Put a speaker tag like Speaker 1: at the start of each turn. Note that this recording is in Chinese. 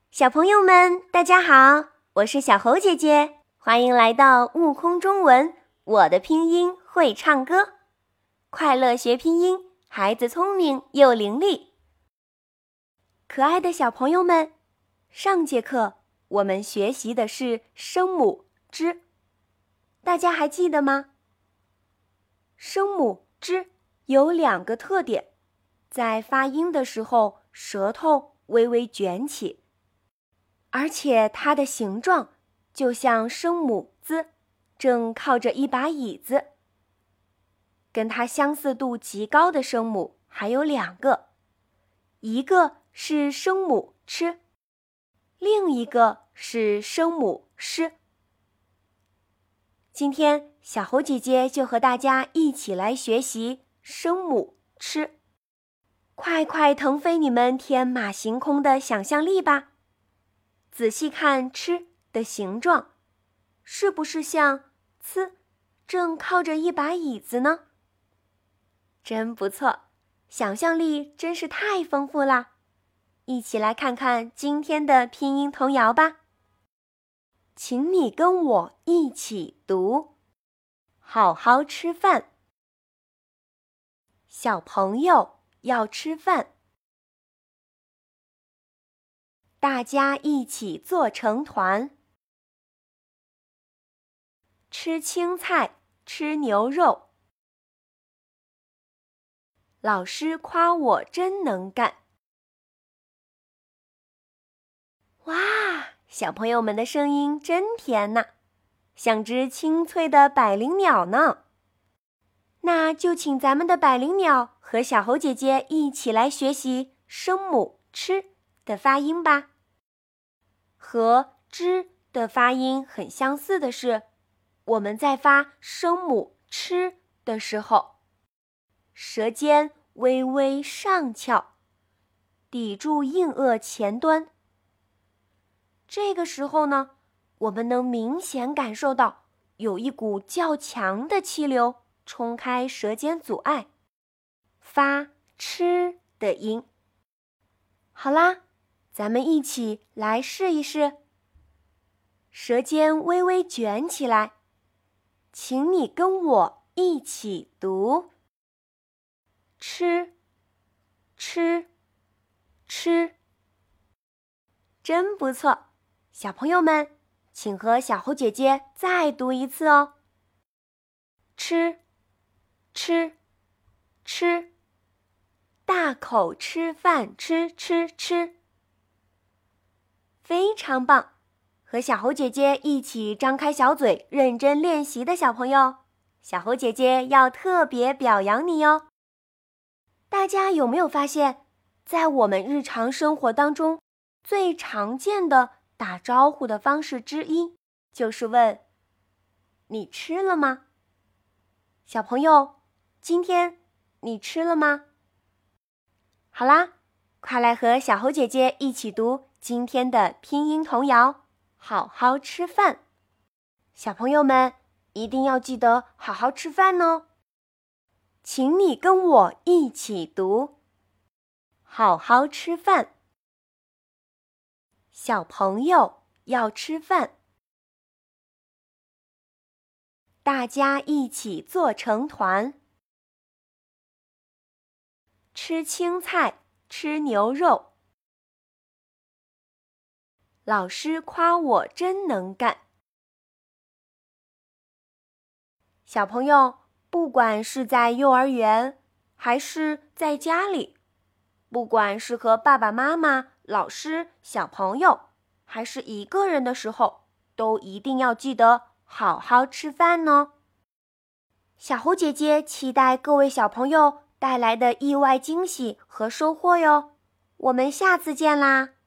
Speaker 1: 小朋友们，大家好，我是小猴姐姐，欢迎来到悟空中文，我的拼音会唱歌，快乐学拼音，孩子聪明又伶俐。可爱的小朋友们，上节课我们学习的是声母之，大家还记得吗？声母之有两个特点，在发音的时候，舌头微微卷起，而且它的形状就像声母z，正靠着一把椅子。跟它相似度极高的声母还有两个，一个是声母ch，另一个是声母sh。今天小猴姐姐就和大家一起来学习声母ch，快快腾飞你们天马行空的想象力吧！仔细看ch的形状，是不是像呲正靠着一把椅子呢？真不错，想象力真是太丰富啦！一起来看看今天的拼音童谣吧。请你跟我一起读，好好吃饭。小朋友要吃饭，大家一起做成团。吃青菜，吃牛肉。老师夸我真能干。哇，小朋友们的声音真甜呐，像只清脆的百灵鸟呢。那就请咱们的百灵鸟和小猴姐姐一起来学习声母ch的发音吧。和之的发音很相似的是，我们在发声母ch的时候，舌尖微微上翘，抵住硬腭前端。这个时候呢，我们能明显感受到有一股较强的气流冲开舌尖阻碍，发ch的音。好啦，咱们一起来试一试。舌尖微微卷起来，请你跟我一起读。吃，吃，吃，真不错。小朋友们，请和小猴姐姐再读一次哦。吃，吃，吃，大口吃饭，吃吃吃。非常棒！和小猴姐姐一起张开小嘴，认真练习的小朋友，小猴姐姐要特别表扬你哟。大家有没有发现，在我们日常生活当中，最常见的打招呼的方式之一，就是问你吃了吗？小朋友，今天你吃了吗？好啦，快来和小猴姐姐一起读今天的拼音童谣，好好吃饭。小朋友们一定要记得好好吃饭哦。请你跟我一起读，好好吃饭。小朋友要吃饭，大家一起做成团。吃青菜，吃牛肉。老师夸我真能干。小朋友，不管是在幼儿园，还是在家里，不管是和爸爸妈妈、老师、小朋友，还是一个人的时候，都一定要记得好好吃饭哦。小猴姐姐期待各位小朋友带来的意外惊喜和收获哟。我们下次见啦！